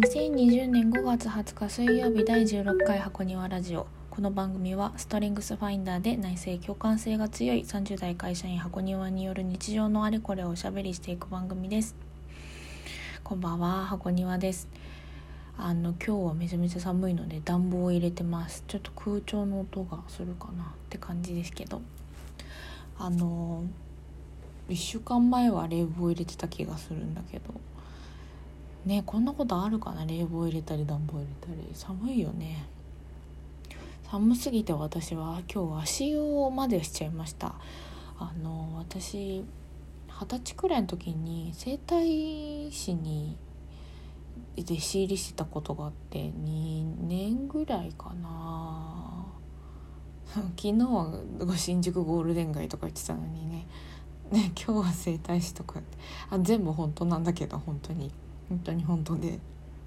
2020年5月20日水曜日第16回箱庭ラジオ。この番組はストレングスファインダーで内省共感性が強い30代会社員箱庭による日常のあれこれをおしゃべりしていく番組です。こんばんは、箱庭です。今日はめちゃめちゃ寒いので暖房を入れてます。ちょっと空調の音がするかなって感じですけど、1週間前は冷房入れてた気がするんだけどね、こんなことあるかな。冷房入れたり暖房入れたり寒いよね。寒すぎて私は今日足湯までしちゃいました。私20歳くらいの時に整体師に弟子入りしてたことがあって2年ぐらいかな昨日は新宿ゴールデン街とか言ってたのにね今日は整体師とか全部本当なんだけど本当にで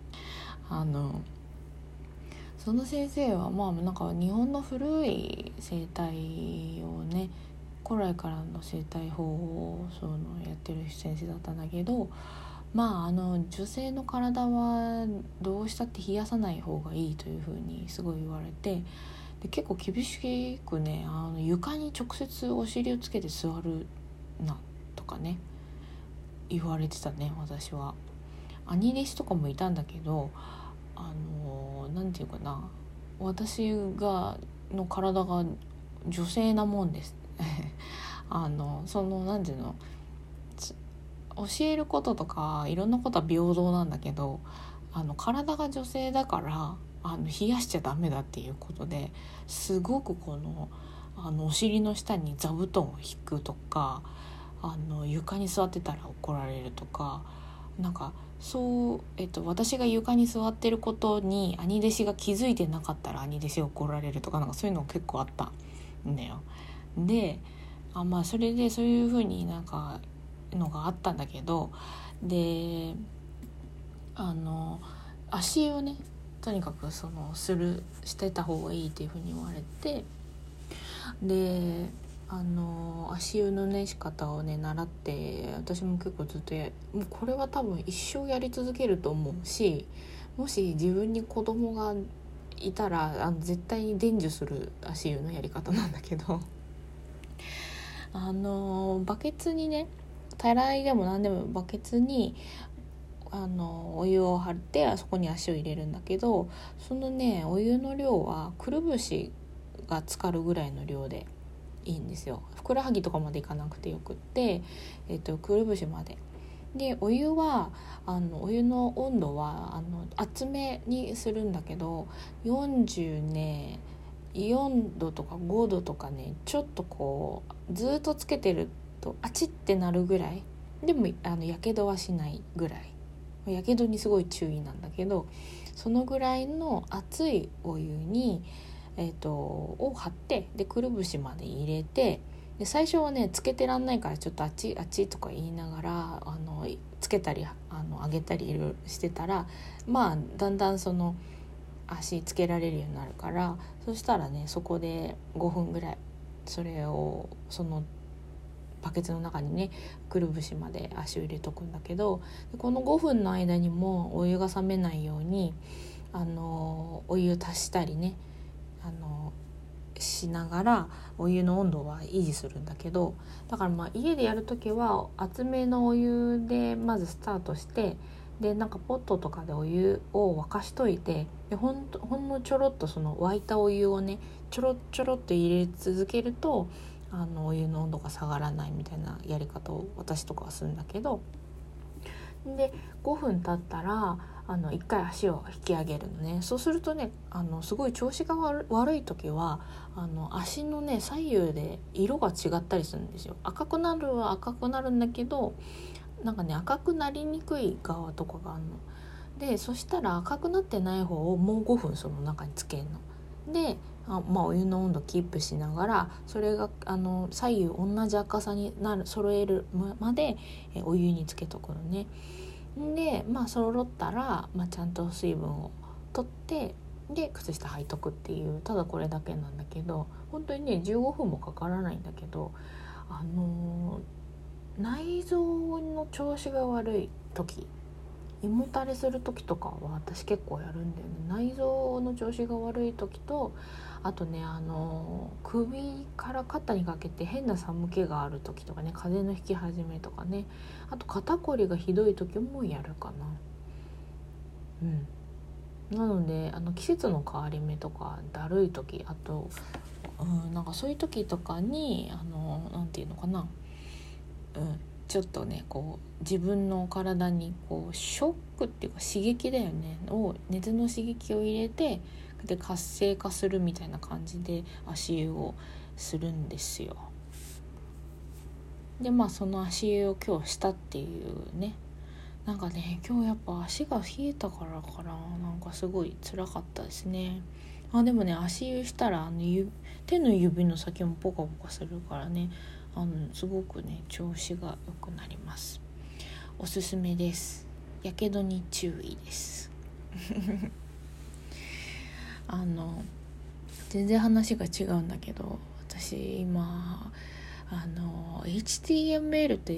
その先生はなんか日本の古い整体をね、古来からの整体法をやってる先生だったんだけど、女性の体はどうしたって冷やさない方がいいというふうにすごい言われて、で結構厳しくね、床に直接お尻をつけて座るなとかね言われてたね。私は兄弟子とかもいたんだけど、なんていうかな、私の体が女性なもんですなんていうの、教えることとかいろんなことは平等なんだけど、体が女性だから冷やしちゃダメだっていうことですごくお尻の下に座布団を引くとか、床に座ってたら怒られるとか、なんか私が床に座ってることに兄弟子が気づいてなかったら兄弟子が怒られるとか、なんかそういうの結構あったんだよ。でそれでそういう風になんかのがあったんだけど、で足湯をねとにかくしてた方がいいっていう風に言われて、で足湯のね仕方をね習って、私も結構ずっともうこれは多分一生やり続けると思うし、もし自分に子供がいたら絶対に伝授する足湯のやり方なんだけどバケツにね、たらいでも何でもバケツにお湯を張ってそこに足を入れるんだけど、そのねお湯の量はくるぶしが浸かるぐらいの量でいいんですよ。ふくらはぎとかまでいかなくてよくって、くるぶしまでで、お湯はお湯の温度は熱めにするんだけど、4度とか5度とかね、ちょっとずっとつけてるとあちってなるぐらいでもやけどはしないぐらい、やけどにすごい注意なんだけど、そのぐらいの熱いお湯にを張って、でくるぶしまで入れて、で最初はねつけてらんないからちょっとあっちとか言いながらつけたり上げたりいろいろしてたら、だんだん足つけられるようになるから、そしたらねそこで5分ぐらいそれをバケツの中にねくるぶしまで足を入れとくんだけど、この5分の間にもお湯が冷めないようにお湯足したりねしながらお湯の温度は維持するんだけど、だから家でやるときは熱めのお湯でまずスタートして、でなんかポットとかでお湯を沸かしといて、でほんのちょろっと沸いたお湯をねちょろっと入れ続けるとお湯の温度が下がらないみたいなやり方を私とかはするんだけど、で5分経ったら1回足を引き上げるのね。そうするとねすごい調子が悪い時は足のね左右で色が違ったりするんですよ。赤くなるは赤くなるんだけど、なんかね赤くなりにくい側とかがあるので、そしたら赤くなってない方をもう5分その中につけるので、お湯の温度キープしながら、それが左右同じ赤さに揃えるまでお湯につけとくのね。で揃ったら、ちゃんと水分を取ってで靴下履いとくっていう、ただこれだけなんだけど、本当にね15分もかからないんだけど、内臓の調子が悪い時胃もたれする時とかは私結構やるんだよね。内臓の調子が悪い時と、あとね首から肩にかけて変な寒気がある時とかね、風邪のひき始めとかね、あと肩こりがひどい時もやるかな。なので季節の変わり目とかだるい時、あと、なんかそういう時とかになんていうのかな、ちょっとねこう自分の体にこうショックっていうか刺激だよね熱の刺激を入れて、で活性化するみたいな感じで足湯をするんですよ。でその足湯を今日したっていうね。なんかね今日やっぱ足が冷えたからかな、なんかすごい辛かったですね。でもね足湯したら手の指の先もポカポカするからね、すごくね調子が良くなります。おすすめです。やけどに注意です全然話が違うんだけど、私今HTML って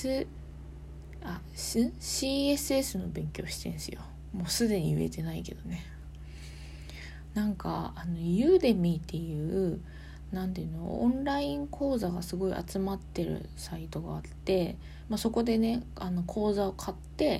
CSS の勉強してんすよ。もうすでに言えてないけどね。なんかユーデミーっていうなんていうのオンライン講座がすごい集まってるサイトがあって、そこでね講座を買って、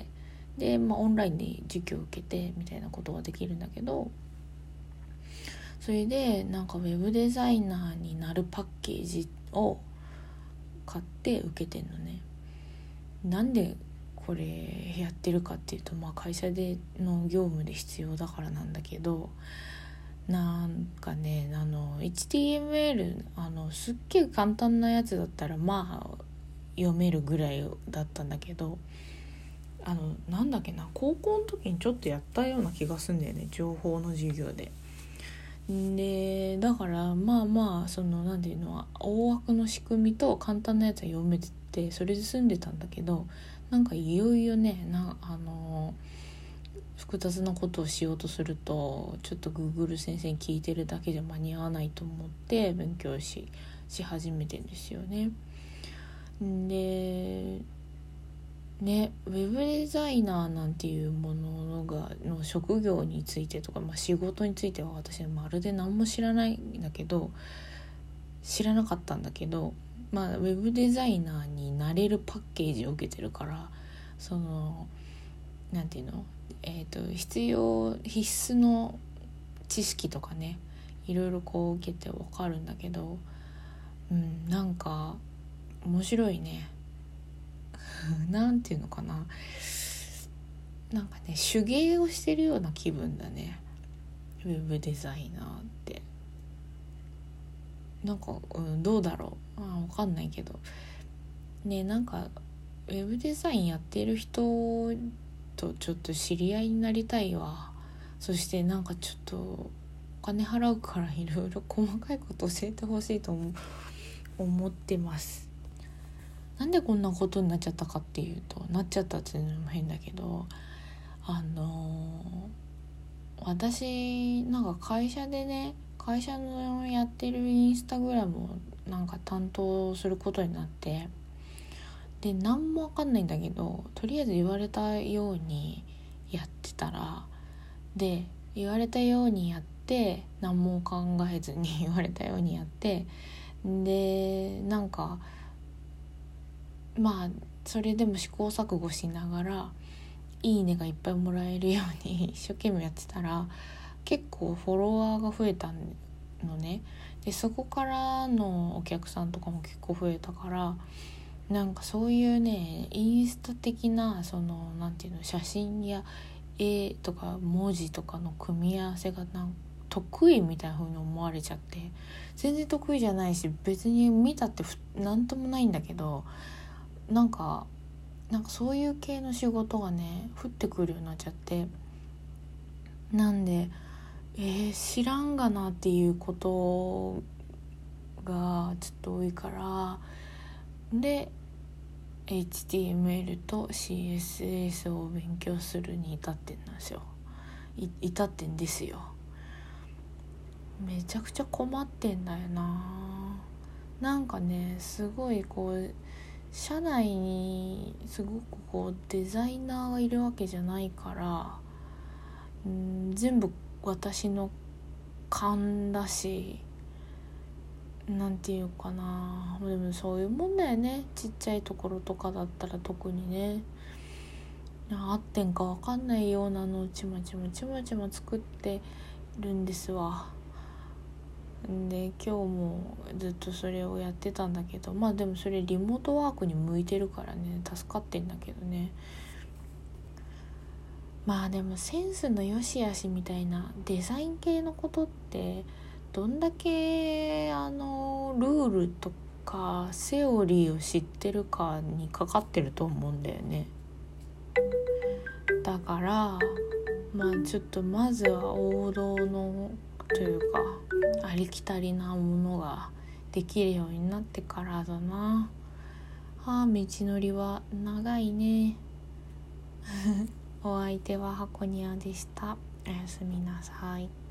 で、オンラインで授業を受けてみたいなことができるんだけど、それでなんかウェブデザイナーになるパッケージを買って受けてんのね。なんでこれやってるかっていうと、会社での業務で必要だからなんだけど、なんかねHTML すっげえ簡単なやつだったら読めるぐらいだったんだけど、なんだっけな、高校の時にちょっとやったような気がするんだよね、情報の授業で。だからそのなんていうのは大枠の仕組みと簡単なやつは読めてて、それで済んでたんだけど、なんかいよいよね複雑なことをしようとするとちょっと Google 先生に聞いてるだけじゃ間に合わないと思って勉強し始めてんですよね。でね、ウェブデザイナーなんていうものの職業についてとか、仕事については私まるで何も知らないんだけど、知らなかったんだけど、ウェブデザイナーになれるパッケージを受けてるから、そのなんていうの、必須の知識とかね、いろいろこう受けて分かるんだけど、なんか面白いねなんていうのかな、なんかね手芸をしてるような気分だね、ウェブデザイナーって。なんか、どうだろう、分かんないけどね、なんかウェブデザインやってる人とちょっと知り合いになりたいわ。そしてなんかちょっとお金払うからいろいろ細かいこと教えてほしいと思ってます。なんでこんなことになっちゃったかっていうと、なっちゃったっていうのも変だけど、私なんか会社のやってるインスタグラムをなんか担当することになって、で何も分かんないんだけど、とりあえず言われたようにやってたら、で言われたようにやって何も考えずに言われたようにやって、でなんかそれでも試行錯誤しながらいいねがいっぱいもらえるように一生懸命やってたら、結構フォロワーが増えたのね。でそこからのお客さんとかも結構増えたから、なんかそういうねインスタ的なそのなんていうの、写真や絵とか文字とかの組み合わせが得意みたいな風に思われちゃって、全然得意じゃないし別に見たってなんともないんだけど、なんかそういう系の仕事がね降ってくるようになっちゃって、なんで知らんがなっていうことがちょっと多いから、で HTML と CSS を勉強するに至ってんですよ。めちゃくちゃ困ってんだよな。なんかねすごいこう社内にすごくこうデザイナーがいるわけじゃないから、全部私の勘だし、なんていうかな、でもそういうもんだよね。ちっちゃいところとかだったら特にね、合ってんか分かんないようなのをちまちま作ってるんですわ。で今日もずっとそれをやってたんだけど、まあでもそれリモートワークに向いてるからね、助かってんだけどね。まあでもセンスの良し悪しみたいなデザイン系のことってどんだけルールとかセオリーを知ってるかにかかってると思うんだよね。だからまあちょっとまずは王道のというかありきたりなものができるようになってからだな。道のりは長いね。お相手はハコニアでした。おやすみなさい。